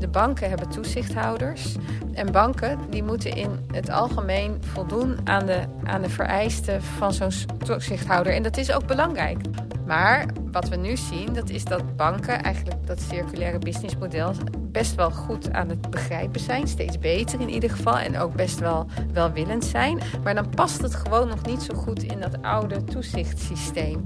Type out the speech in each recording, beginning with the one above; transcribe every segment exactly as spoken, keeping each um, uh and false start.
de banken hebben toezichthouders. En banken die moeten in het algemeen voldoen aan de, aan de vereisten van zo'n toezichthouder. En dat is ook belangrijk. Maar wat we nu zien, dat is dat banken eigenlijk dat circulaire businessmodel best wel goed aan het begrijpen zijn. Steeds beter in ieder geval. En ook best wel welwillend zijn. Maar dan past het gewoon nog niet zo goed in dat oude toezichtssysteem.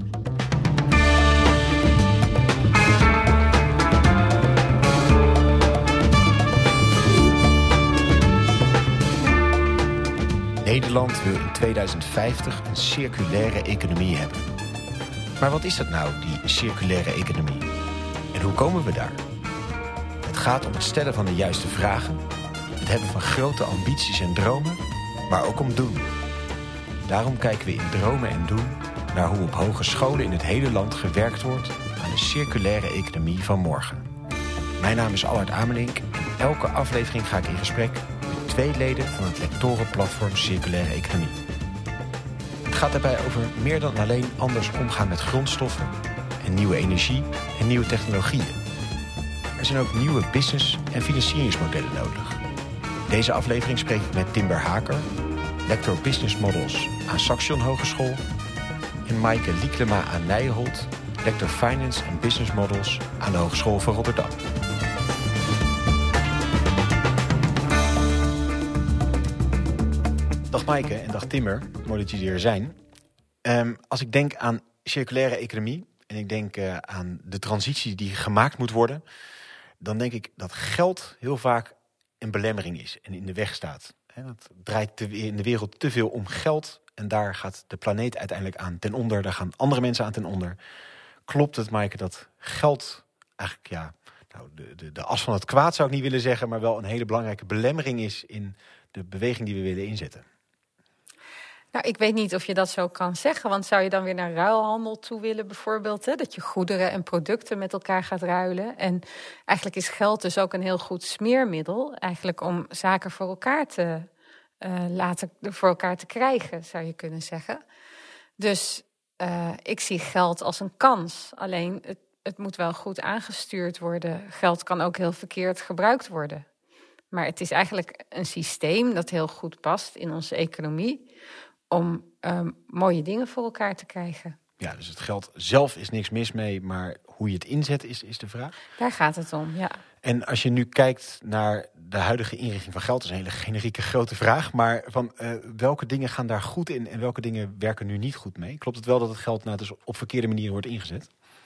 Nederland wil in tweeduizend vijftig een circulaire economie hebben. Maar wat is dat nou, die circulaire economie? En hoe komen we daar? Het gaat om het stellen van de juiste vragen, het hebben van grote ambities en dromen, maar ook om doen. Daarom kijken we in Dromen en Doen naar hoe op hogescholen in het hele land gewerkt wordt aan de circulaire economie van morgen. Mijn naam is Allard Amelink en elke aflevering ga ik in gesprek met twee leden van het lectorenplatform Circulaire Economie. Het gaat daarbij over meer dan alleen anders omgaan met grondstoffen en nieuwe energie en nieuwe technologieën. Er zijn ook nieuwe business- en financieringsmodellen nodig. Deze aflevering spreek ik met Timber Haker, lector Business Models aan Saxion Hogeschool, en Maaike Lieklema aan Nijholt, lector Finance en Business Models aan de Hogeschool van Rotterdam. Dag Maaike en dag Timber, mooi dat jullie er zijn. Um, als ik denk aan circulaire economie en ik denk uh, aan de transitie die gemaakt moet worden, dan denk ik dat geld heel vaak een belemmering is en in de weg staat. Het draait te, in de wereld te veel om geld en daar gaat de planeet uiteindelijk aan ten onder. Daar gaan andere mensen aan ten onder. Klopt het, Maaike, dat geld eigenlijk ja, nou, de, de, de as van het kwaad zou ik niet willen zeggen, maar wel een hele belangrijke belemmering is in de beweging die we willen inzetten? Nou, ik weet niet of je dat zo kan zeggen. Want zou je dan weer naar ruilhandel toe willen bijvoorbeeld? Hè? Dat je goederen en producten met elkaar gaat ruilen. En eigenlijk is geld dus ook een heel goed smeermiddel. Eigenlijk om zaken voor elkaar te uh, laten, voor elkaar te krijgen, zou je kunnen zeggen. Dus uh, ik zie geld als een kans. Alleen het, het moet wel goed aangestuurd worden. Geld kan ook heel verkeerd gebruikt worden. Maar het is eigenlijk een systeem dat heel goed past in onze economie om um, mooie dingen voor elkaar te krijgen. Ja, dus het geld zelf is niks mis mee, maar hoe je het inzet is, is de vraag. Daar gaat het om, ja. En als je nu kijkt naar de huidige inrichting van geld, dat is een hele generieke grote vraag, maar van uh, welke dingen gaan daar goed in en welke dingen werken nu niet goed mee? Klopt het wel dat het geld nou dus op verkeerde manier wordt ingezet?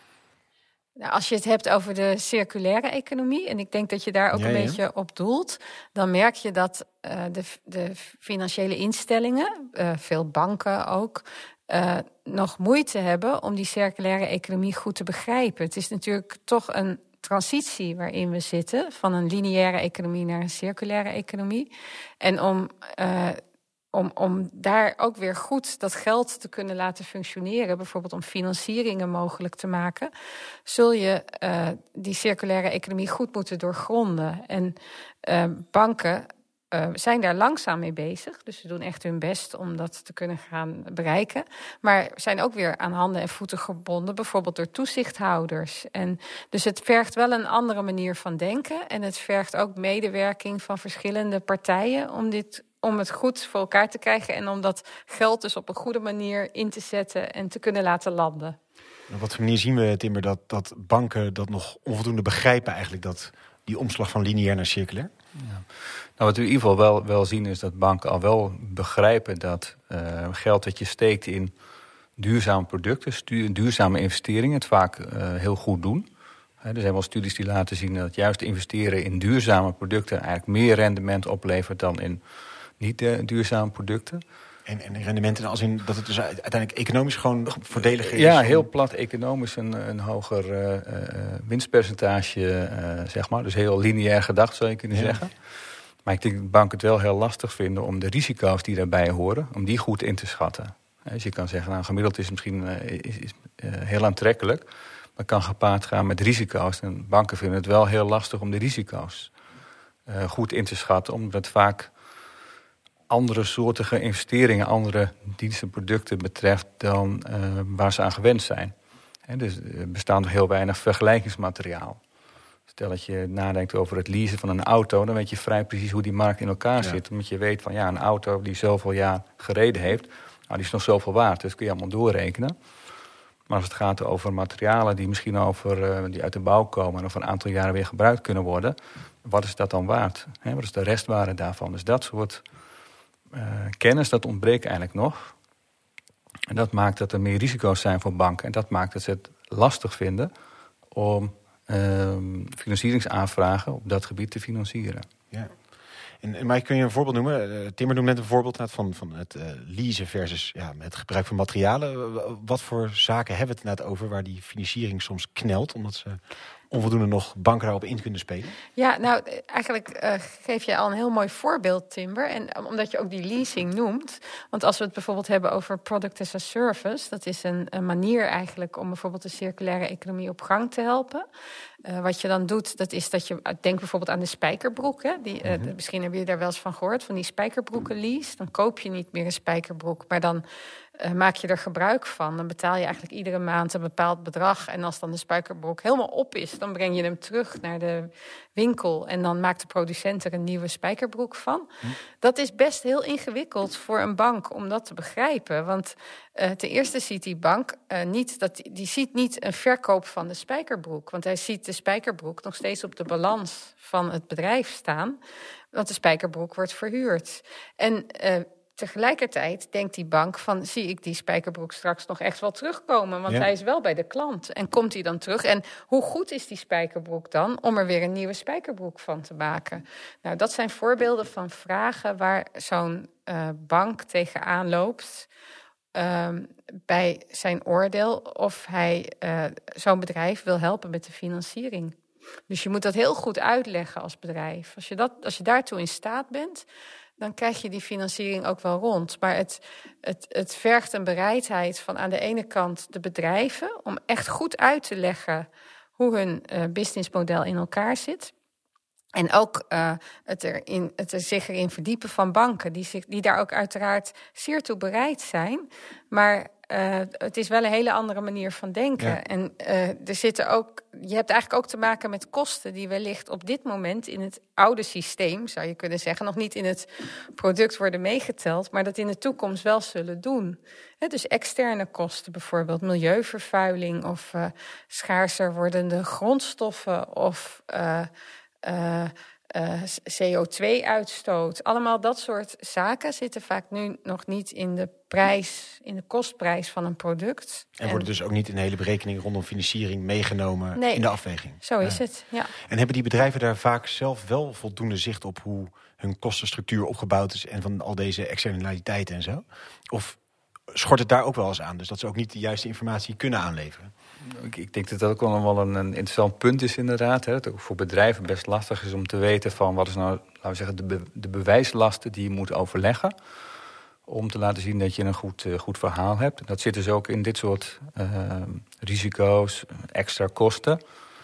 Nou, als je het hebt over de circulaire economie, en ik denk dat je daar ook ja, een ja. beetje op doelt, dan merk je dat uh, de, de financiële instellingen, uh, veel banken ook, uh, nog moeite hebben om die circulaire economie goed te begrijpen. Het is natuurlijk toch een transitie waarin we zitten, van een lineaire economie naar een circulaire economie. En om uh, Om, om daar ook weer goed dat geld te kunnen laten functioneren, bijvoorbeeld om financieringen mogelijk te maken, zul je uh, die circulaire economie goed moeten doorgronden. En uh, banken uh, zijn daar langzaam mee bezig, dus ze doen echt hun best om dat te kunnen gaan bereiken. Maar zijn ook weer aan handen en voeten gebonden, bijvoorbeeld door toezichthouders. En dus het vergt wel een andere manier van denken en het vergt ook medewerking van verschillende partijen om dit om het goed voor elkaar te krijgen en om dat geld dus op een goede manier in te zetten en te kunnen laten landen. Op wat voor manier zien we, Timber, dat, dat banken dat nog onvoldoende begrijpen eigenlijk, dat die omslag van lineair naar circulair? Ja. Nou, wat we in ieder geval wel, wel zien is dat banken al wel begrijpen dat uh, geld dat je steekt in duurzame producten, stu- duurzame investeringen, het vaak uh, heel goed doen. He, er zijn wel studies die laten zien dat juist investeren in duurzame producten eigenlijk meer rendement oplevert dan in niet uh, duurzame producten. En, en rendementen als in dat het dus uiteindelijk economisch gewoon voordeliger is? Ja, heel plat economisch een, een hoger uh, uh, winstpercentage, uh, zeg maar. Dus heel lineair gedacht, zou je kunnen ja. zeggen. Maar ik denk dat banken het wel heel lastig vinden om de risico's die daarbij horen, om die goed in te schatten. Dus je kan zeggen, nou, gemiddeld is misschien uh, is, is, uh, heel aantrekkelijk, maar kan gepaard gaan met risico's. En banken vinden het wel heel lastig om de risico's uh, goed in te schatten, omdat het vaak andere soortige investeringen, andere diensten, producten betreft dan uh, waar ze aan gewend zijn. He, dus er bestaat nog heel weinig vergelijkingsmateriaal. Stel dat je nadenkt over het leasen van een auto, dan weet je vrij precies hoe die markt in elkaar Ja. zit. Omdat je weet van ja, een auto die zoveel jaar gereden heeft, nou, die is nog zoveel waard. Dus dat kun je allemaal doorrekenen. Maar als het gaat over materialen die misschien over, uh, die uit de bouw komen en over een aantal jaren weer gebruikt kunnen worden, wat is dat dan waard? He, wat is de restwaarde daarvan? Dus dat soort uh, kennis, dat ontbreekt eigenlijk nog. En dat maakt dat er meer risico's zijn voor banken. En dat maakt dat ze het lastig vinden om uh, financieringsaanvragen op dat gebied te financieren. Ja. En, en, maar kun je een voorbeeld noemen? Uh, Timmer noemt net een voorbeeld van, van het uh, leasen versus ja, het gebruik van materialen. Wat voor zaken hebben we het net over waar die financiering soms knelt, omdat ze onvoldoende nog banken daarop in kunnen spelen? Ja, nou, eigenlijk uh, geef je al een heel mooi voorbeeld, Timber. En omdat je ook die leasing noemt. Want als we het bijvoorbeeld hebben over product as a service, dat is een, een manier eigenlijk om bijvoorbeeld de circulaire economie op gang te helpen. Uh, wat je dan doet, dat is dat je, denk bijvoorbeeld aan de spijkerbroek. Hè? Die, uh, mm-hmm. de, misschien heb je daar wel eens van gehoord, van die spijkerbroeken lease. Dan koop je niet meer een spijkerbroek, maar dan uh, maak je er gebruik van. Dan betaal je eigenlijk iedere maand een bepaald bedrag. En als dan de spijkerbroek helemaal op is, dan breng je hem terug naar de winkel. En dan maakt de producent er een nieuwe spijkerbroek van. Hm. Dat is best heel ingewikkeld voor een bank om dat te begrijpen. Want uh, ten eerste ziet die bank uh, niet, dat, die ziet niet een verkoop van de spijkerbroek. Want hij ziet de spijkerbroek nog steeds op de balans van het bedrijf staan. Want de spijkerbroek wordt verhuurd. En uh, tegelijkertijd denkt die bank van, zie ik die spijkerbroek straks nog echt wel terugkomen? Want ja. hij is wel bij de klant. En komt hij dan terug? En hoe goed is die spijkerbroek dan om er weer een nieuwe spijkerbroek van te maken? Nou, dat zijn voorbeelden van vragen waar zo'n uh, bank tegenaan loopt uh, bij zijn oordeel of hij uh, zo'n bedrijf wil helpen met de financiering. Dus je moet dat heel goed uitleggen als bedrijf. Als je, dat, als je daartoe in staat bent, dan krijg je die financiering ook wel rond. Maar het, het, het vergt een bereidheid van aan de ene kant de bedrijven om echt goed uit te leggen hoe hun uh, businessmodel in elkaar zit. En ook uh, het, erin, het er zich erin verdiepen van banken, die, zich, die daar ook uiteraard zeer toe bereid zijn. Maar uh, het is wel een hele andere manier van denken. Ja. En uh, er zitten ook, je hebt eigenlijk ook te maken met kosten die wellicht op dit moment in het oude systeem, zou je kunnen zeggen, nog niet in het product worden meegeteld, maar dat in de toekomst wel zullen doen. He, dus externe kosten, bijvoorbeeld milieuvervuiling of uh, schaarser wordende grondstoffen of Uh, Uh, uh, C O twee uitstoot. Allemaal dat soort zaken zitten vaak nu nog niet in de prijs, in de kostprijs van een product. En worden en, dus ook niet in de hele berekening rondom financiering meegenomen nee, in de afweging. Zo is ja. het, ja. En hebben die bedrijven daar vaak zelf wel voldoende zicht op hoe hun kostenstructuur opgebouwd is en van al deze externaliteiten en zo? Of schort het daar ook wel eens aan? Dus dat ze ook niet de juiste informatie kunnen aanleveren? Ik denk dat dat ook wel een, een interessant punt is inderdaad. Hè. Dat het ook voor bedrijven best lastig is om te weten van wat is nou, laten we zeggen, de, be, de bewijslasten die je moet overleggen om te laten zien dat je een goed, uh, goed verhaal hebt. Dat zit dus ook in dit soort uh, risico's, extra kosten.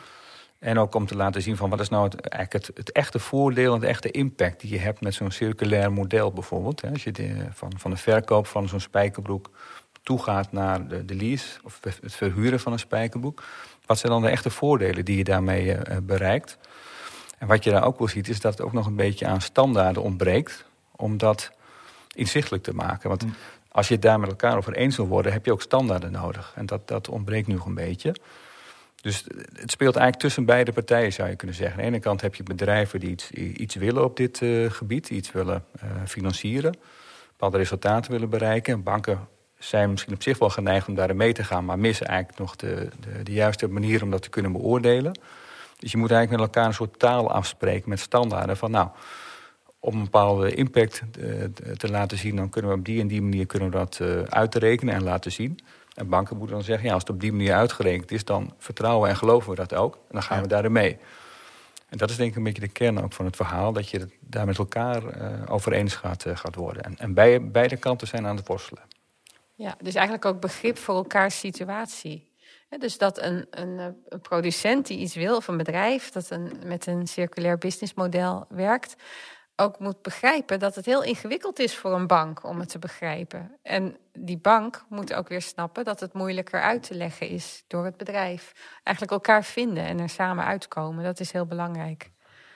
En ook om te laten zien van wat is nou het, eigenlijk het, het echte voordeel en de echte impact die je hebt met zo'n circulair model bijvoorbeeld. Hè. Als je de, van, van de verkoop van zo'n spijkerbroek toegaat naar de, de lease of het verhuren van een spijkerbroek. Wat zijn dan de echte voordelen die je daarmee uh, bereikt? En wat je daar ook wel ziet is dat het ook nog een beetje aan standaarden ontbreekt om dat inzichtelijk te maken. Want mm. als je het daar met elkaar over eens wil worden, heb je ook standaarden nodig. En dat, dat ontbreekt nu nog een beetje. Dus het speelt eigenlijk tussen beide partijen, zou je kunnen zeggen. Aan de ene kant heb je bedrijven die iets, iets willen op dit uh, gebied, die iets willen uh, financieren, bepaalde resultaten willen bereiken. Banken zijn misschien op zich wel geneigd om daarin mee te gaan, maar missen eigenlijk nog de, de, de juiste manier om dat te kunnen beoordelen. Dus je moet eigenlijk met elkaar een soort taal afspreken met standaarden van nou, om een bepaalde impact te, te laten zien, dan kunnen we op die en die manier kunnen we dat uh, uitrekenen en laten zien. En banken moeten dan zeggen, ja, als het op die manier uitgerekend is, dan vertrouwen en geloven we dat ook. En dan gaan ja. we daarin mee. En dat is denk ik een beetje de kern ook van het verhaal, dat je het daar met elkaar uh, over eens gaat, uh, gaat worden. En, en bij, beide kanten zijn aan het worstelen. Ja, dus eigenlijk ook begrip voor elkaars situatie. Ja, dus dat een, een, een producent die iets wil, of een bedrijf dat een, met een circulair businessmodel werkt, ook moet begrijpen dat het heel ingewikkeld is voor een bank om het te begrijpen. En die bank moet ook weer snappen dat het moeilijker uit te leggen is door het bedrijf. Eigenlijk elkaar vinden en er samen uitkomen, dat is heel belangrijk.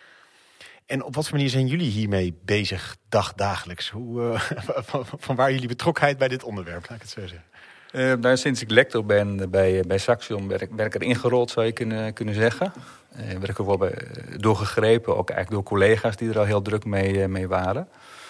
En op wat voor manier zijn jullie hiermee bezig dagdagelijks? Hoe, uh, van, van waar jullie betrokkenheid bij dit onderwerp, laat ik het zo zeggen? Uh, nou, sinds ik lector ben bij, bij Saxion ben ik, ben ik erin gerold, zou je kunnen, kunnen zeggen. Uh, werd ik er wel bij, doorgegrepen, ook eigenlijk door collega's die er al heel druk mee, uh, mee waren.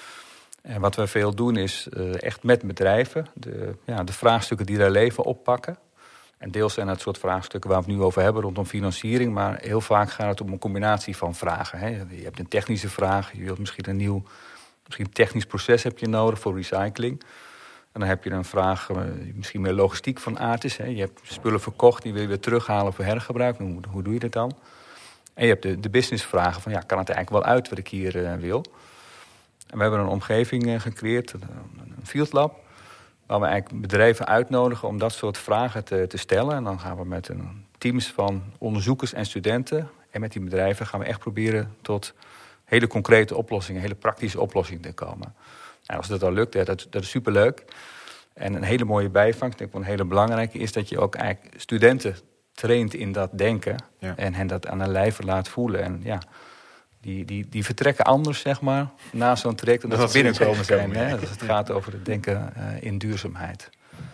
En wat we veel doen is uh, echt met bedrijven de, ja, de vraagstukken die daar leven oppakken. En deels zijn het soort vraagstukken waar we het nu over hebben rondom financiering. Maar heel vaak gaat het om een combinatie van vragen. Hè. Je hebt een technische vraag, je wilt misschien een nieuw misschien technisch proces heb je nodig voor recycling. En dan heb je een vraag, misschien meer logistiek van aard is. Hè. Je hebt spullen verkocht, die wil je weer terughalen voor hergebruik. Hoe, hoe doe je dat dan? En je hebt de, de businessvragen van, ja, kan het eigenlijk wel uit wat ik hier uh, wil? En we hebben een omgeving uh, gecreëerd, een, een field lab, waar we eigenlijk bedrijven uitnodigen om dat soort vragen te, te stellen. En dan gaan we met een teams van onderzoekers en studenten en met die bedrijven gaan we echt proberen tot hele concrete oplossingen, hele praktische oplossingen te komen. En als dat dan lukt, ja, dat, dat is superleuk. En een hele mooie bijvangst, ik denk wel een hele belangrijke, is dat je ook eigenlijk studenten traint in dat denken. Ja. En hen dat aan hun lijve laat voelen. En ja, die, die, die vertrekken anders, zeg maar, na zo'n traject dan dat, dat ze binnenkomen zijn. Hè? Als het gaat over het denken uh, in duurzaamheid.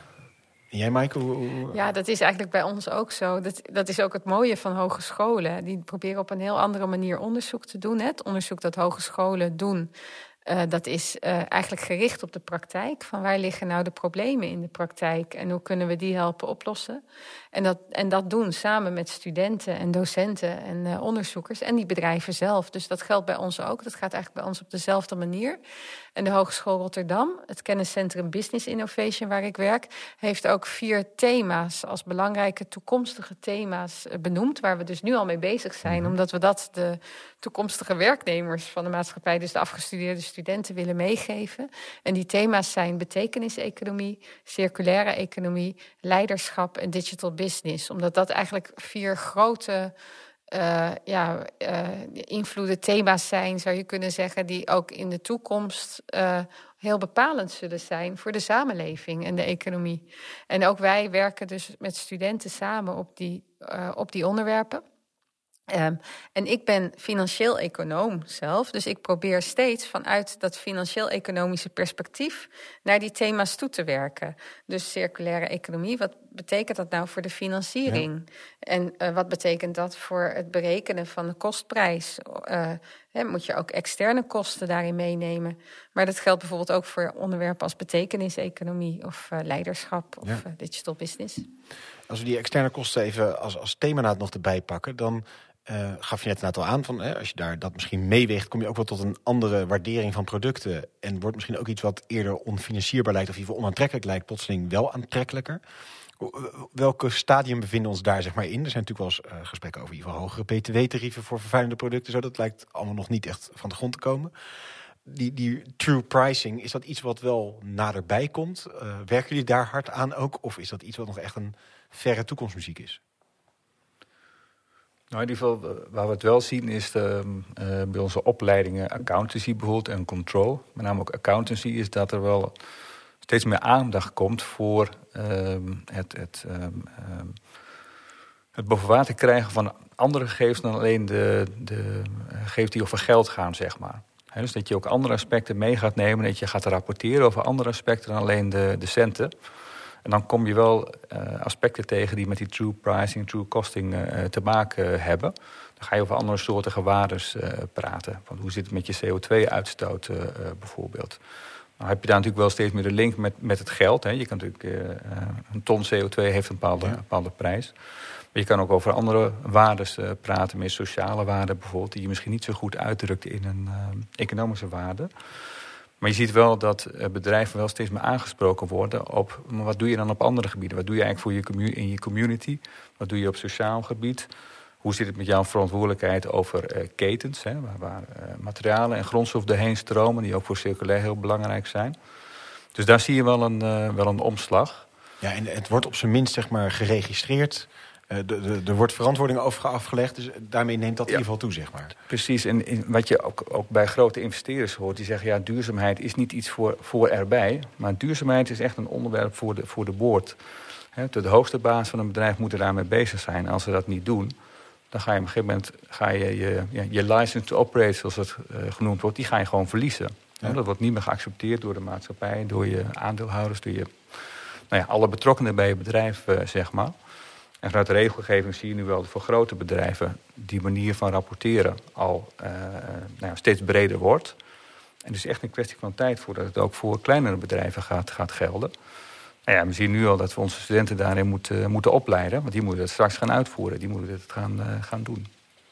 En jij, Maaike? Hoe, hoe... Ja, dat is eigenlijk bij ons ook zo. Dat, dat is ook het mooie van hogescholen. Die proberen op een heel andere manier onderzoek te doen. Hè? Het onderzoek dat hogescholen doen, Uh, dat is uh, eigenlijk gericht op de praktijk. Van waar liggen nou de problemen in de praktijk en hoe kunnen we die helpen oplossen? En dat, en dat doen samen met studenten en docenten en uh, onderzoekers en die bedrijven zelf. Dus dat geldt bij ons ook. Dat gaat eigenlijk bij ons op dezelfde manier. En de Hogeschool Rotterdam, het kenniscentrum Business Innovation waar ik werk, heeft ook vier thema's als belangrijke toekomstige thema's benoemd, waar we dus nu al mee bezig zijn, mm-hmm. omdat we dat de toekomstige werknemers van de maatschappij, dus de afgestudeerde studenten, willen meegeven. En die thema's zijn betekeniseconomie, circulaire economie, leiderschap en digital business. Omdat dat eigenlijk vier grote Uh, ja, uh, invloeden, thema's zijn, zou je kunnen zeggen, die ook in de toekomst uh, heel bepalend zullen zijn voor de samenleving en de economie. En ook wij werken dus met studenten samen op die, uh, op die onderwerpen. Um, en ik ben financieel econoom zelf, dus ik probeer steeds vanuit dat financieel-economische perspectief naar die thema's toe te werken. Dus circulaire economie, wat betekent dat nou voor de financiering? Ja. En uh, wat betekent dat voor het berekenen van de kostprijs? Uh, hè, moet je ook externe kosten daarin meenemen? Maar dat geldt bijvoorbeeld ook voor onderwerpen als betekeniseconomie of uh, leiderschap of ja. uh, digital business. Als we die externe kosten even als, als thema nog erbij pakken, dan Uh, gaf je net inderdaad al aan van, hè, als je daar dat misschien meeweegt, kom je ook wel tot een andere waardering van producten. En wordt misschien ook iets wat eerder onfinancierbaar lijkt, of in ieder geval onaantrekkelijk lijkt, plotseling wel aantrekkelijker. Welke stadium bevinden we ons daar zeg maar in? Er zijn natuurlijk wel eens uh, gesprekken over in ieder geval hogere B T W-tarieven voor vervuilende producten. Zo, dat lijkt allemaal nog niet echt van de grond te komen. Die, die true pricing, is dat iets wat wel naderbij komt? Uh, werken jullie daar hard aan ook? Of is dat iets wat nog echt een verre toekomstmuziek is? Nou, in ieder geval, waar we het wel zien is de, uh, bij onze opleidingen accountancy bijvoorbeeld en control. Met name ook accountancy is dat er wel steeds meer aandacht komt voor uh, het, het, uh, uh, het boven water krijgen van andere gegevens dan alleen de, de gegevens die over geld gaan, zeg maar. He, dus dat je ook andere aspecten mee gaat nemen, dat je gaat rapporteren over andere aspecten dan alleen de, de centen. En dan kom je wel uh, aspecten tegen die met die true pricing, true costing uh, te maken uh, hebben. Dan ga je over andere soorten waardes uh, praten. Van hoe zit het met je C O twee uitstoot uh, uh, bijvoorbeeld. Nou heb je daar natuurlijk wel steeds meer de link met, met het geld. Hè. Je kan natuurlijk, uh, een ton C O twee heeft een bepaalde, ja. bepaalde prijs. Maar je kan ook over andere waardes uh, praten, meer sociale waarden bijvoorbeeld, die je misschien niet zo goed uitdrukt in een uh, economische waarde. Maar je ziet wel dat bedrijven wel steeds meer aangesproken worden op, maar wat doe je dan op andere gebieden? Wat doe je eigenlijk voor je in je community? Wat doe je op sociaal gebied? Hoe zit het met jouw verantwoordelijkheid over uh, ketens, hè, waar, waar uh, materialen en grondstoffen doorheen stromen, die ook voor circulair heel belangrijk zijn. Dus daar zie je wel een, uh, wel een omslag. Ja, en het wordt op zijn minst zeg maar geregistreerd. Er wordt verantwoording over afgelegd, dus daarmee neemt dat ja. in ieder geval toe, zeg maar. Precies, en in, wat je ook, ook bij grote investeerders hoort, die zeggen, ja, duurzaamheid is niet iets voor, voor erbij, maar duurzaamheid is echt een onderwerp voor de, voor de board. He, de hoogste baas van een bedrijf moet er daarmee bezig zijn. En als ze dat niet doen, dan ga je op een gegeven moment ga je, je, je, je license to operate, zoals het uh, genoemd wordt, die ga je gewoon verliezen. Ja. Dat wordt niet meer geaccepteerd door de maatschappij, door je aandeelhouders, door je, nou ja, alle betrokkenen bij je bedrijf, uh, zeg maar. En vanuit de regelgeving zie je nu wel dat voor grote bedrijven die manier van rapporteren al uh, nou ja, steeds breder wordt. En het is echt een kwestie van tijd voordat het ook voor kleinere bedrijven gaat, gaat gelden. Nou ja, we zien nu al dat we onze studenten daarin moeten, moeten opleiden. Want die moeten het straks gaan uitvoeren. Die moeten het gaan, uh, gaan doen.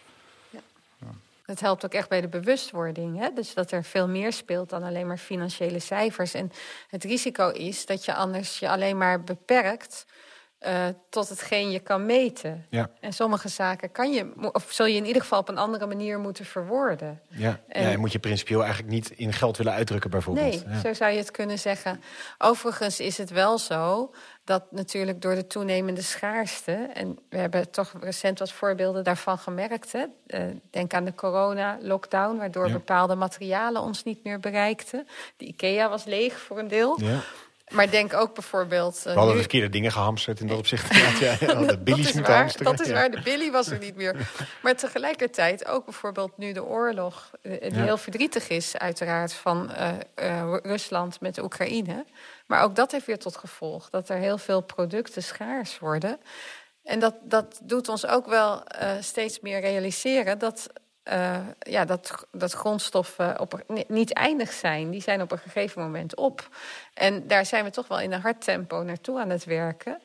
Ja. Ja. Het helpt ook echt bij de bewustwording. Hè? Dus dat er veel meer speelt dan alleen maar financiële cijfers. En het risico is dat je anders je alleen maar beperkt Uh, tot hetgeen je kan meten. Ja. En sommige zaken kan je, of zul je in ieder geval op een andere manier moeten verwoorden. Ja, en, ja, en moet je principieel eigenlijk niet in geld willen uitdrukken bijvoorbeeld. Nee, ja. Zo zou je het kunnen zeggen. Overigens is het wel zo dat natuurlijk door de toenemende schaarste, en we hebben toch recent wat voorbeelden daarvan gemerkt. Hè? Uh, denk aan de corona-lockdown, waardoor ja. bepaalde materialen ons niet meer bereikten. De IKEA was leeg voor een deel. Ja. Maar denk ook bijvoorbeeld... Uh, We hadden nu... de verkeerde dingen gehamsterd in dat opzicht. Ja, ja, de Billy's moeten hamsteren. Dat is ja. waar, de Billy was er niet meer. Maar tegelijkertijd ook bijvoorbeeld nu de oorlog, die ja. heel verdrietig is uiteraard van uh, uh, Rusland met de Oekraïne. Maar ook dat heeft weer tot gevolg dat er heel veel producten schaars worden. En dat, dat doet ons ook wel uh, steeds meer realiseren dat... Uh, ja, dat, dat grondstoffen op, niet eindig zijn. Die zijn op een gegeven moment op. En daar zijn we toch wel in een hard tempo naartoe aan het werken.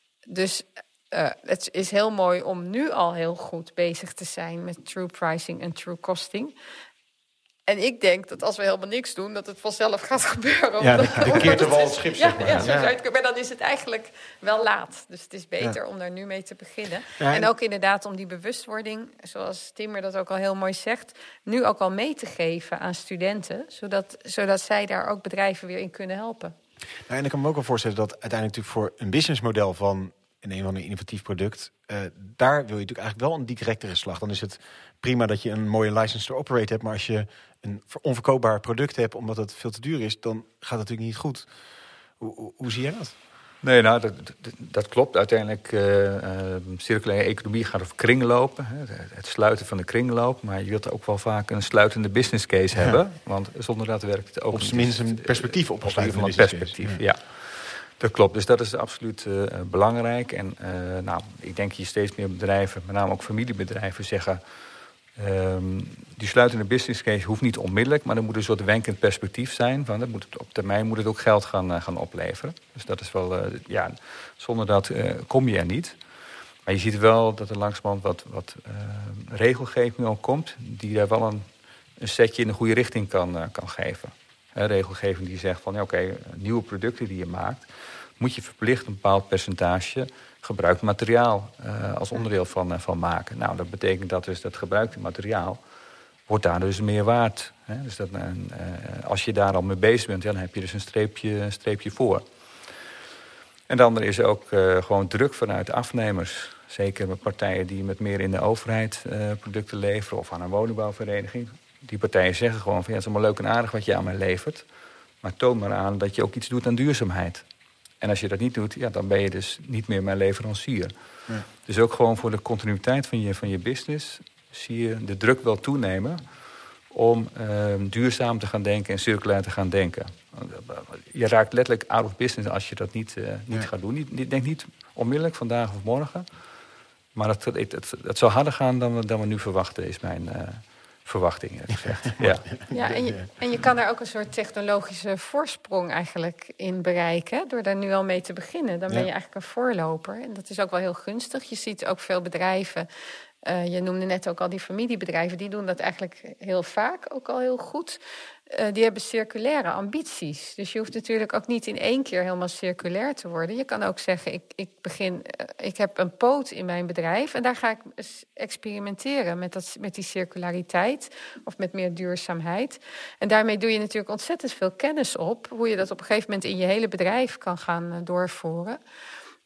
Dus uh, het is heel mooi om nu al heel goed bezig te zijn met true pricing en true costing. En ik denk dat als we helemaal niks doen, dat het vanzelf gaat gebeuren. Ja, de, de keert er wel het schip, zeg maar. Ja, ja, ja. Maar dan is het eigenlijk wel laat. Dus het is beter ja. om daar nu mee te beginnen. Ja, en ook inderdaad om die bewustwording, zoals Timmer dat ook al heel mooi zegt, nu ook al mee te geven aan studenten, zodat, zodat zij daar ook bedrijven weer in kunnen helpen. Nou, en ik kan me ook wel voorstellen dat uiteindelijk natuurlijk voor een businessmodel van in een van een innovatief product, uh, daar wil je natuurlijk eigenlijk wel een directere slag. Dan is het prima dat je een mooie license to operate hebt, maar als je een onverkoopbaar product hebt omdat het veel te duur is, dan gaat het natuurlijk niet goed. Hoe, hoe, hoe zie je dat? Nee, nou, dat, dat, dat klopt. Uiteindelijk, uh, uh, circulaire economie gaat over kringlopen. Hè, het sluiten van de kringloop. Maar je wilt ook wel vaak een sluitende business case ja. hebben. Want zonder dat werkt het ook op niet. Op minst een perspectief op een sluitende business perspectief, case. Ja. ja. Dat klopt, dus dat is absoluut uh, belangrijk. En uh, nou, ik denk hier steeds meer bedrijven, met name ook familiebedrijven, zeggen... Um, die sluitende business case hoeft niet onmiddellijk, maar er moet een soort wenkend perspectief zijn. Van, dat moet, op termijn moet het ook geld gaan, uh, gaan opleveren. Dus dat is wel, uh, ja, zonder dat uh, kom je er niet. Maar je ziet wel dat er langzamerhand wat, wat uh, regelgeving ook komt, die daar wel een, een setje in de goede richting kan, uh, kan geven. He, regelgeving die zegt van, ja, oké, okay, nieuwe producten die je maakt, moet je verplicht een bepaald percentage gebruikt materiaal uh, als onderdeel van, uh, van maken. Nou, dat betekent dat dus dat gebruikte materiaal wordt daar dus meer waard. Hè? Dus dat, uh, als je daar al mee bezig bent, ja, dan heb je dus een streepje, een streepje voor. En dan is er ook uh, gewoon druk vanuit de afnemers. Zeker met partijen die met meer in de overheid uh, producten leveren of aan een woningbouwvereniging. Die partijen zeggen gewoon van, ja, het is allemaal leuk en aardig wat je aan mij levert, maar toon maar aan dat je ook iets doet aan duurzaamheid. En als je dat niet doet, ja, dan ben je dus niet meer mijn leverancier. Ja. Dus ook gewoon voor de continuïteit van je, van je business zie je de druk wel toenemen om uh, duurzaam te gaan denken en circulair te gaan denken. Je raakt letterlijk out of business als je dat niet, uh, niet ja. gaat doen. Niet, niet, denk niet onmiddellijk, vandaag of morgen. Maar het, het, het, het zal harder gaan dan we, dan we nu verwachten, is mijn... Uh, verwachtingen gezegd. Ja, ja en, je, en je kan daar ook een soort technologische voorsprong eigenlijk in bereiken, door daar nu al mee te beginnen. Dan ben je ja. eigenlijk een voorloper. En dat is ook wel heel gunstig. Je ziet ook veel bedrijven, uh, je noemde net ook al die familiebedrijven, die doen dat eigenlijk heel vaak ook al heel goed. Uh, die hebben circulaire ambities. Dus je hoeft natuurlijk ook niet in één keer helemaal circulair te worden. Je kan ook zeggen, ik, ik, begin, uh, ik heb een poot in mijn bedrijf en daar ga ik experimenteren met, dat, met die circulariteit of met meer duurzaamheid. En daarmee doe je natuurlijk ontzettend veel kennis op, hoe je dat op een gegeven moment in je hele bedrijf kan gaan uh, doorvoeren.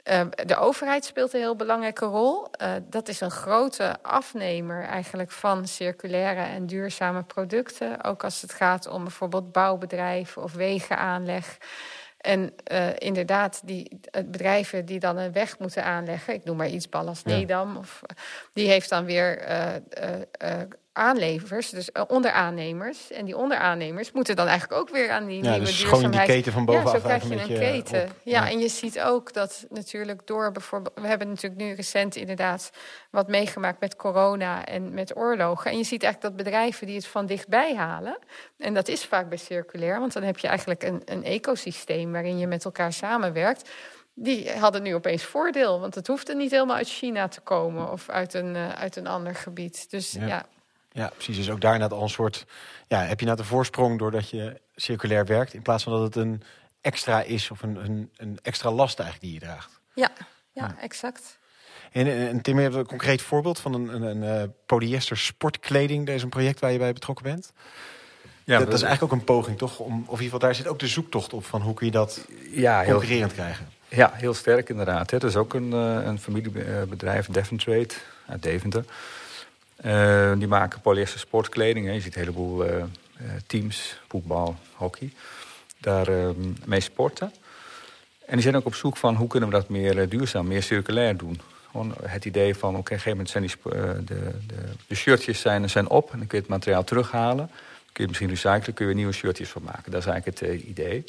Uh, de overheid speelt een heel belangrijke rol. Uh, dat is een grote afnemer eigenlijk van circulaire en duurzame producten. Ook als het gaat om bijvoorbeeld bouwbedrijven of wegenaanleg. En uh, inderdaad, die uh, bedrijven die dan een weg moeten aanleggen, ik noem maar iets, Ballast Nedam, ja. of, die heeft dan weer uh, uh, uh, aanlevers, dus uh, onderaannemers. En die onderaannemers moeten dan eigenlijk ook weer aan die ja, nieuwe dus duurzaamheid. Gewoon die keten van bovenaf. Ja, zo krijg je een, een keten. Op. Ja, ja, en je ziet ook dat natuurlijk door bijvoorbeeld, we hebben natuurlijk nu recent inderdaad wat meegemaakt met corona en met oorlogen. En je ziet eigenlijk dat bedrijven die het van dichtbij halen, en dat is vaak bij circulair, want dan heb je eigenlijk een, een ecosysteem waarin je met elkaar samenwerkt. Die hadden nu opeens voordeel, want het hoefde niet helemaal uit China te komen of uit een, uh, uit een ander gebied. Dus ja. ja. Ja, precies. Dus ook daar net al een soort, ja, heb je nou de voorsprong doordat je circulair werkt, in plaats van dat het een extra is of een, een, een extra last eigenlijk die je draagt. Ja, ja, ja. exact. En, en Tim, je hebt een concreet voorbeeld van een, een, een uh, polyester sportkleding. Dat is een project waar je bij betrokken bent. Ja, dat, dat is eigenlijk ook een poging, toch? Om, of in ieder geval, daar zit ook de zoektocht op van hoe kun je dat ja, concurrerend heel, krijgen. Ja, heel sterk inderdaad. Hè. Dat is ook een, een familiebedrijf, Devontrade, uit Deventer. Uh, die maken polyester sportkleding. Hè. Je ziet een heleboel uh, teams, voetbal, hockey, daar uh, mee sporten. En die zijn ook op zoek van hoe kunnen we dat meer uh, duurzaam, meer circulair doen. Gewoon het idee van, oké, okay, op een gegeven moment zijn die, uh, de, de, de shirtjes zijn, zijn op en dan kun je het materiaal terughalen. Dan kun je het misschien recyclen, kun je weer nieuwe shirtjes van maken. Dat is eigenlijk het uh, idee.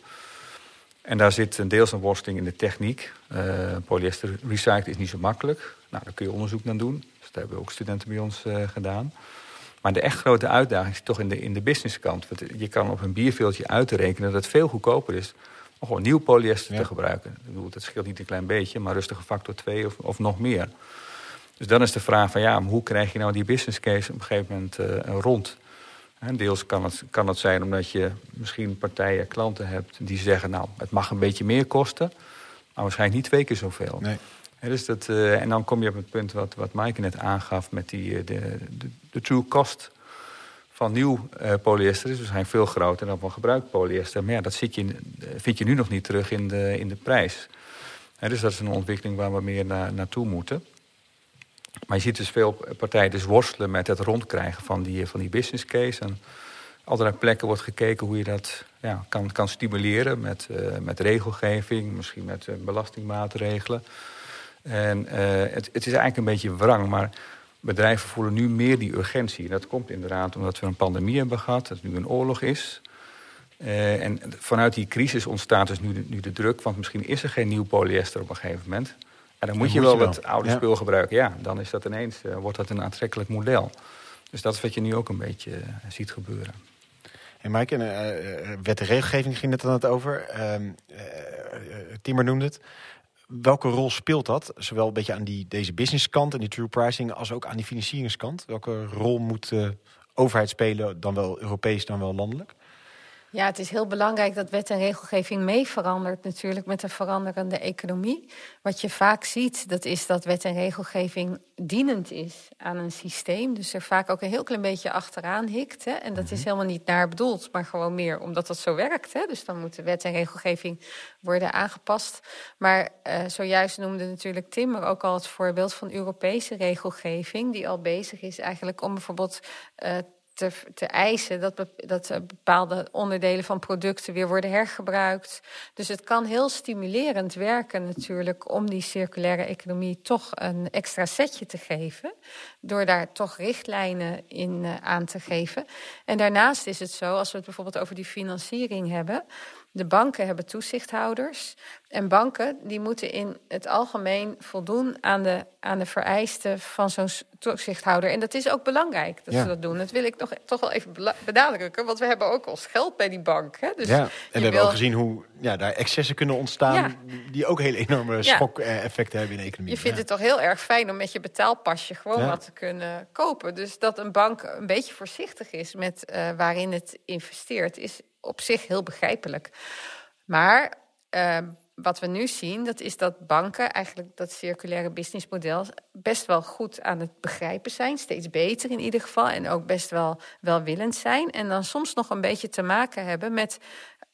En daar zit een deels een worsteling in de techniek. Uh, polyester recyclen is niet zo makkelijk. Nou, daar kun je onderzoek naar doen. Dus dat hebben ook studenten bij ons uh, gedaan. Maar de echt grote uitdaging is toch in de, in de businesskant. Want je kan op een bierveeltje uitrekenen dat het veel goedkoper is om gewoon nieuw polyester ja. te gebruiken. Ik bedoel, dat scheelt niet een klein beetje, maar rustige factor twee of, of nog meer. Dus dan is de vraag van ja, hoe krijg je nou die business case op een gegeven moment uh, rond? En deels kan het, kan het zijn omdat je misschien partijen, klanten hebt die zeggen, nou, het mag een beetje meer kosten, maar waarschijnlijk niet twee keer zoveel. Nee. He, dus dat, uh, en dan kom je op het punt wat, wat Maaike net aangaf met die, uh, de, de, de true cost van nieuw uh, polyester is waarschijnlijk veel groter dan van gebruikt polyester. Maar ja, dat zit je, vind je nu nog niet terug in de, in de prijs. He, dus dat is een ontwikkeling waar we meer na, naartoe moeten. Maar je ziet dus veel partijen dus worstelen met het rondkrijgen van die, van die business case. En allerlei plekken wordt gekeken hoe je dat ja, kan, kan stimuleren met, uh, met regelgeving, misschien met uh, belastingmaatregelen. En uh, het, het is eigenlijk een beetje wrang, maar bedrijven voelen nu meer die urgentie. Dat komt inderdaad omdat we een pandemie hebben gehad, dat het nu een oorlog is. Uh, en vanuit die crisis ontstaat dus nu de, nu de druk, want misschien is er geen nieuw polyester op een gegeven moment. En dan moet dan je moet wel je wat oude ja. spul gebruiken. Ja, dan is dat ineens, uh, wordt dat een aantrekkelijk model. Dus dat is wat je nu ook een beetje uh, ziet gebeuren. En Maaike, uh, wet en regelgeving ging het dan het over. Uh, uh, Timmer noemde het. Welke rol speelt dat? Zowel een beetje aan die, deze businesskant en die true pricing, als ook aan die financieringskant. Welke rol moet de overheid spelen, dan wel Europees, dan wel landelijk? Ja, het is heel belangrijk dat wet en regelgeving mee verandert natuurlijk met een veranderende economie. Wat je vaak ziet, dat is dat wet en regelgeving dienend is aan een systeem. Dus er vaak ook een heel klein beetje achteraan hikt. Hè? En dat is helemaal niet naar bedoeld, maar gewoon meer omdat dat zo werkt. Hè? Dus dan moet de wet en regelgeving worden aangepast. Maar uh, zojuist noemde natuurlijk Tim er ook al het voorbeeld van Europese regelgeving, die al bezig is eigenlijk om bijvoorbeeld Uh, Te, te eisen dat, be, dat uh, bepaalde onderdelen van producten weer worden hergebruikt. Dus het kan heel stimulerend werken natuurlijk om die circulaire economie toch een extra setje te geven, door daar toch richtlijnen in uh, aan te geven. En daarnaast is het zo, als we het bijvoorbeeld over die financiering hebben, de banken hebben toezichthouders. En banken die moeten in het algemeen voldoen aan de, aan de vereisten van zo'n toezichthouder. En dat is ook belangrijk dat ja. ze dat doen. Dat wil ik nog, toch wel even benadrukken. Want we hebben ook ons geld bij die bank. Hè? Dus ja, en we wil... hebben ook gezien hoe ja, daar excessen kunnen ontstaan, ja. die ook hele enorme ja. schok-effecten hebben in de economie. Je vindt ja. het toch heel erg fijn om met je betaalpasje gewoon ja. wat te kunnen kopen. Dus dat een bank een beetje voorzichtig is met uh, waarin het investeert, is op zich heel begrijpelijk. Maar uh, wat we nu zien, dat is dat banken eigenlijk dat circulaire businessmodel best wel goed aan het begrijpen zijn. Steeds beter in ieder geval. En ook best wel welwillend zijn. En dan soms nog een beetje te maken hebben met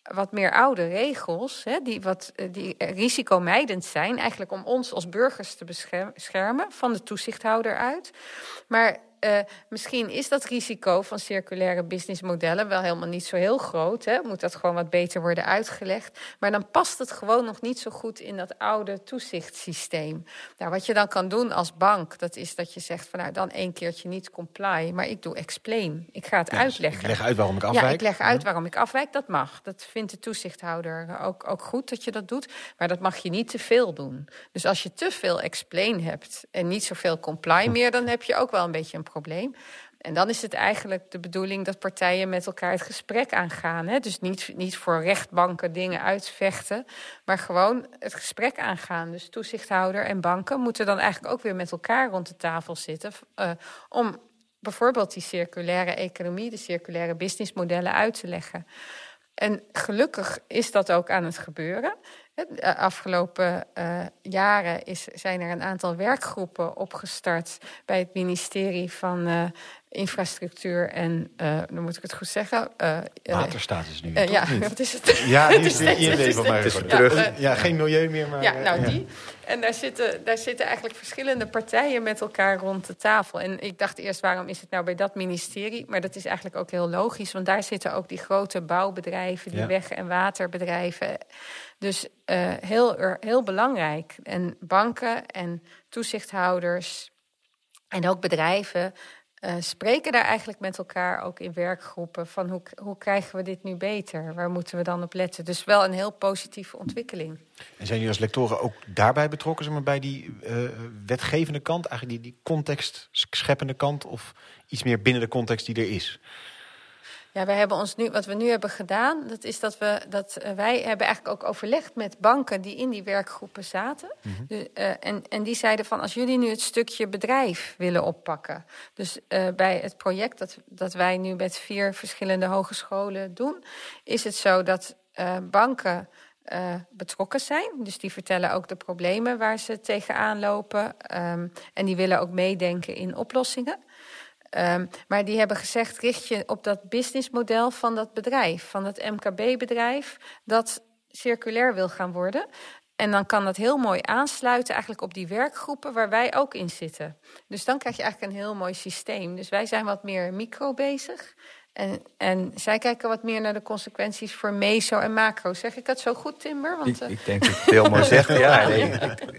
wat meer oude regels, hè, die, wat, die risicomijdend zijn, eigenlijk om ons als burgers te beschermen van de toezichthouder uit. Maar uh, misschien is dat risico van circulaire businessmodellen wel helemaal niet zo heel groot. Hè. Moet dat gewoon wat beter worden uitgelegd. Maar dan past het gewoon nog niet zo goed in dat oude toezichtssysteem. Nou, wat je dan kan doen als bank, dat is dat je zegt van nou dan één keertje niet comply, maar ik doe explain. Ik ga het ja, uitleggen. Dus ik leg uit waarom ik afwijk. Ja, ik leg uit waarom ik afwijk. Dat mag. Dat vindt de toezichthouder ook, ook goed dat je dat doet. Maar dat mag je niet te veel doen. Dus als je te veel explain hebt en niet zoveel comply meer, dan heb je ook wel een beetje een probleem. En dan is het eigenlijk de bedoeling dat partijen met elkaar het gesprek aangaan. Hè? Dus niet, niet voor rechtbanken dingen uitvechten, maar gewoon het gesprek aangaan. Dus toezichthouder en banken moeten dan eigenlijk ook weer met elkaar rond de tafel zitten uh, om bijvoorbeeld die circulaire economie, de circulaire businessmodellen uit te leggen. En gelukkig is dat ook aan het gebeuren. De afgelopen uh, jaren is, zijn er een aantal werkgroepen opgestart bij het ministerie van uh, Infrastructuur en, uh, dan moet ik het goed zeggen... Uh, Waterstaat is nu, uh, toch? Ja, niet? wat is het? Ja, nu is het I N W van mij. Ja, terug. Ja, uh, ja, geen milieu meer, maar... Ja, nou uh, die. En daar zitten, daar zitten eigenlijk verschillende partijen met elkaar rond de tafel. En ik dacht eerst, waarom is het nou bij dat ministerie? Maar dat is eigenlijk ook heel logisch, want daar zitten ook die grote bouwbedrijven, die ja. weg- en waterbedrijven. Dus uh, heel, heel belangrijk. En banken en toezichthouders en ook bedrijven uh, spreken daar eigenlijk met elkaar ook in werkgroepen van hoe, hoe krijgen we dit nu beter? Waar moeten we dan op letten? Dus wel een heel positieve ontwikkeling. En zijn jullie als lectoren ook daarbij betrokken, zeg maar, bij die uh, wetgevende kant, eigenlijk die, die context scheppende kant, of iets meer binnen de context die er is? Ja, wij hebben ons nu, wat we nu hebben gedaan, dat is dat we dat uh, wij hebben eigenlijk ook overlegd met banken die in die werkgroepen zaten. Mm-hmm. De, uh, en, en die zeiden van als jullie nu het stukje bedrijf willen oppakken. Dus uh, bij het project dat, dat wij nu met vier verschillende hogescholen doen, is het zo dat uh, banken Uh, betrokken zijn. Dus die vertellen ook de problemen waar ze tegenaan lopen. Um, en die willen ook meedenken in oplossingen. Um, maar die hebben gezegd, richt je op dat businessmodel van dat bedrijf, van dat M K B-bedrijf, dat circulair wil gaan worden. En dan kan dat heel mooi aansluiten eigenlijk op die werkgroepen waar wij ook in zitten. Dus dan krijg je eigenlijk een heel mooi systeem. Dus wij zijn wat meer micro bezig. En, en zij kijken wat meer naar de consequenties voor meso en macro. Zeg ik dat zo goed, Timber? Want, ik, ik denk dat je het heel mooi zegt. Ja, nee,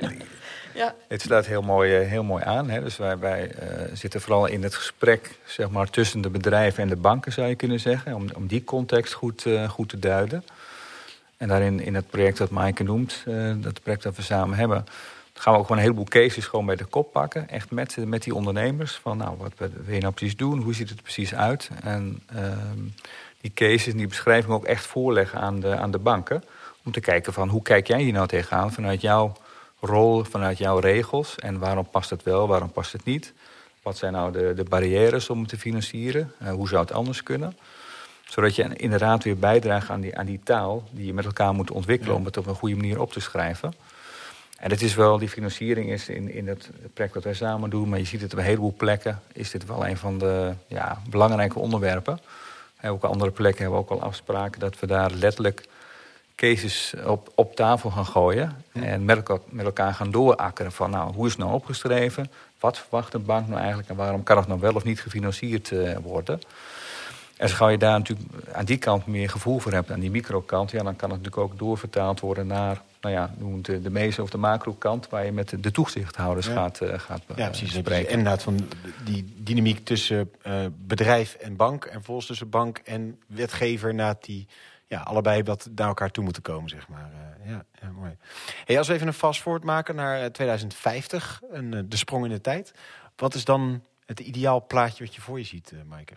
ja. Het sluit heel mooi, heel mooi aan. Hè. Dus wij, wij uh, zitten vooral in het gesprek, zeg maar, tussen de bedrijven en de banken, zou je kunnen zeggen. Om, om die context goed, uh, goed te duiden. En daarin in het project dat Maaike noemt, uh, dat project dat we samen hebben, gaan we ook gewoon een heleboel cases gewoon bij de kop pakken. Echt met, met die ondernemers. Van nou, wat wil je nou precies doen? Hoe ziet het er precies uit? En uh, die cases en die beschrijving ook echt voorleggen aan de, aan de banken. Om te kijken van hoe kijk jij hier nou tegenaan vanuit jouw rol, vanuit jouw regels. En waarom past het wel, waarom past het niet? Wat zijn nou de, de barrières om te financieren? Uh, hoe zou het anders kunnen? Zodat je inderdaad weer bijdraagt aan die, aan die taal die je met elkaar moet ontwikkelen, ja, om het op een goede manier op te schrijven. En het is wel, die financiering is in, in het project dat wij samen doen, maar je ziet het op een heleboel plekken, is dit wel een van de ja, belangrijke onderwerpen. En ook op andere plekken hebben we ook al afspraken dat we daar letterlijk cases op, op tafel gaan gooien. Ja. En met elkaar, met elkaar gaan doorakkeren van nou, hoe is het nou opgeschreven? Wat verwacht een bank nou eigenlijk en waarom kan het nou wel of niet gefinancierd uh, worden? En als je daar natuurlijk aan die kant meer gevoel voor hebt, aan die microkant, ja, dan kan het natuurlijk ook doorvertaald worden naar, nou ja, noem het de meso- of de macrokant, waar je met de, de toezichthouders ja. gaat, uh, gaat ja, precies, spreken. En inderdaad van die dynamiek tussen uh, bedrijf en bank, en volgens tussen bank en wetgever, naar die, ja, allebei wat naar elkaar toe moeten komen, zeg maar. Uh, ja, ja, mooi. Hey, als we even een fast forward maken naar tweeduizend vijftig, een, uh, de sprong in de tijd. Wat is dan het ideaal plaatje wat je voor je ziet, uh, Maaike?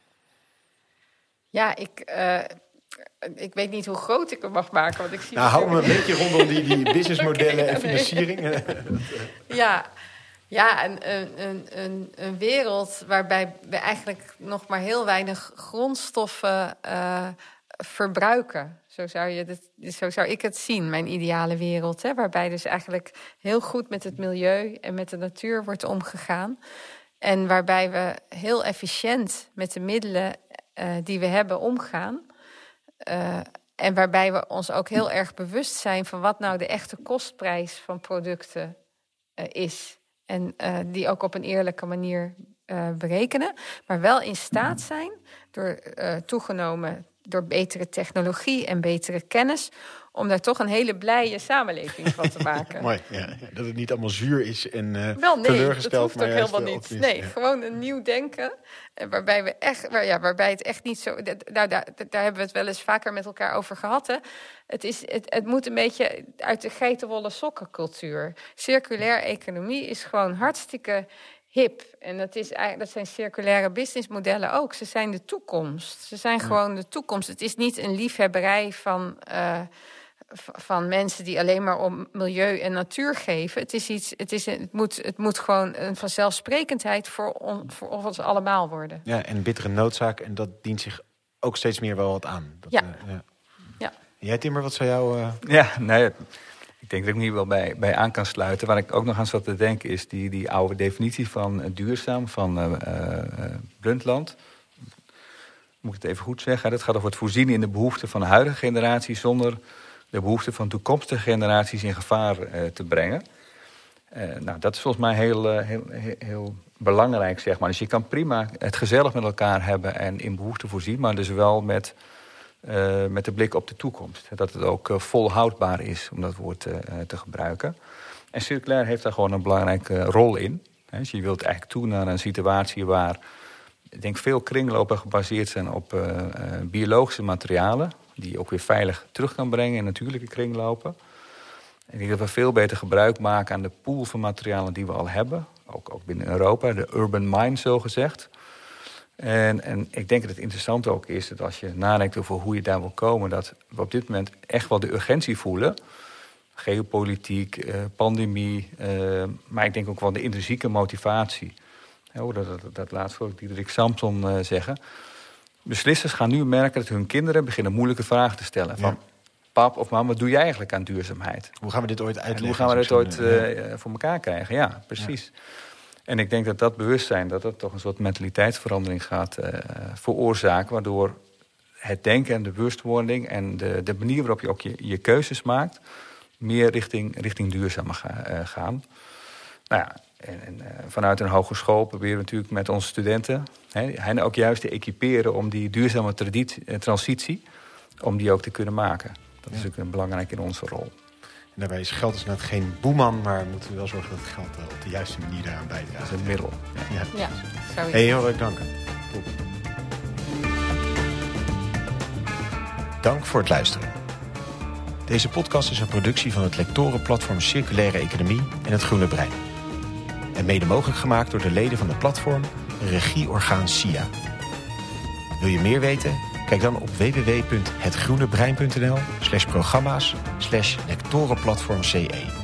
Ja, ik, uh, ik weet niet hoe groot ik hem mag maken. Want ik zie nou, hou me een beetje rondom die, die businessmodellen okay, en financiering. ja, ja een, een, een, een wereld waarbij we eigenlijk nog maar heel weinig grondstoffen uh, verbruiken. Zo zou, je dit, zo zou ik het zien, mijn ideale wereld. Hè, waarbij dus eigenlijk heel goed met het milieu en met de natuur wordt omgegaan. En waarbij we heel efficiënt met de middelen Uh, die we hebben omgaan. Uh, en waarbij we ons ook heel erg bewust zijn van wat nou de echte kostprijs van producten uh, is. En uh, die ook op een eerlijke manier uh, berekenen. Maar wel in staat zijn, door uh, toegenomen door betere technologie en betere kennis, om daar toch een hele blije samenleving van te maken. Mooi, ja. Dat het niet allemaal zuur is en uh, wel, nee, teleurgesteld. Dat hoeft maar ook helemaal niet. Optimist, nee, ja. gewoon een nieuw denken. Waarbij, we echt, waar, ja, waarbij het echt niet zo... Nou, daar, daar hebben we het wel eens vaker met elkaar over gehad. Hè. Het, is, het, het moet een beetje uit de geitenwolle sokkencultuur. Circulaire economie is gewoon hartstikke hip. En dat, is, dat zijn circulaire businessmodellen ook. Ze zijn de toekomst. Ze zijn ja. gewoon de toekomst. Het is niet een liefhebberij van... Uh, van mensen die alleen maar om milieu en natuur geven. Het, is iets, het, is, het, moet, het moet gewoon een vanzelfsprekendheid voor, on, voor ons allemaal worden. Ja, en bittere noodzaak. En dat dient zich ook steeds meer wel wat aan. Dat, ja. Uh, ja. ja. Jij, Timmer, wat zou jou... Uh... Ja, nee, ik denk dat ik hier wel bij, bij aan kan sluiten. Waar ik ook nog aan zat te denken is die, die oude definitie van uh, duurzaam van uh, uh, Brundtland. Moet ik het even goed zeggen? Dat gaat over het voorzien in de behoeften van de huidige generatie zonder de behoeften van toekomstige generaties in gevaar uh, te brengen. Uh, nou, dat is volgens mij heel, uh, heel, heel, heel belangrijk, zeg maar. Dus je kan prima het gezellig met elkaar hebben en in behoeften voorzien, maar dus wel met, uh, met de blik op de toekomst. Dat het ook uh, volhoudbaar is, om dat woord uh, te gebruiken. En circulair heeft daar gewoon een belangrijke rol in. Dus je wilt eigenlijk toe naar een situatie waar, ik denk, veel kringlopen gebaseerd zijn op uh, uh, biologische materialen, die je ook weer veilig terug kan brengen in natuurlijke kringlopen. Ik denk dat we veel beter gebruik maken aan de pool van materialen die we al hebben. Ook, ook binnen Europa, de urban mine zogezegd. En, en ik denk dat het interessant ook is dat als je nadenkt over hoe je daar wil komen, dat we op dit moment echt wel de urgentie voelen. Geopolitiek, eh, pandemie, eh, maar ik denk ook wel de intrinsieke motivatie. Ja, dat, dat, dat laatst hoorde ik Diederik Samson uh, zeggen. Beslissers gaan nu merken dat hun kinderen beginnen moeilijke vragen te stellen. Van, ja. Pap of mam, wat doe jij eigenlijk aan duurzaamheid? Hoe gaan we dit ooit uitleggen? En hoe gaan we dit ooit uh, ja. voor elkaar krijgen? Ja, precies. Ja. En ik denk dat dat bewustzijn, dat dat toch een soort mentaliteitsverandering gaat uh, veroorzaken, waardoor het denken en de bewustwording en de, de manier waarop je ook je, je keuzes maakt, meer richting, richting duurzamer ga, uh, gaan. Nou ja, en, en uh, vanuit een hogeschool proberen we natuurlijk met onze studenten hè, hen ook juist te equiperen om die duurzame traditie, uh, transitie, om die ook te kunnen maken. Dat is ja. ook een belangrijk in onze rol. En daarbij is geld dus net geen boeman, maar moeten we wel zorgen dat het geld uh, op de juiste manier daaraan bijdraagt. Dat is een middel. Ja, ja. ja zou hey, heel erg dank. Top. Dank voor het luisteren. Deze podcast is een productie van het lectorenplatform Circulaire Economie en het Groene Brein. En mede mogelijk gemaakt door de leden van het platform, een regieorgaan S I A. Wil je meer weten? Kijk dan op www punt hetgroenebrein punt n l slash programma's slash lectorenplatform C E.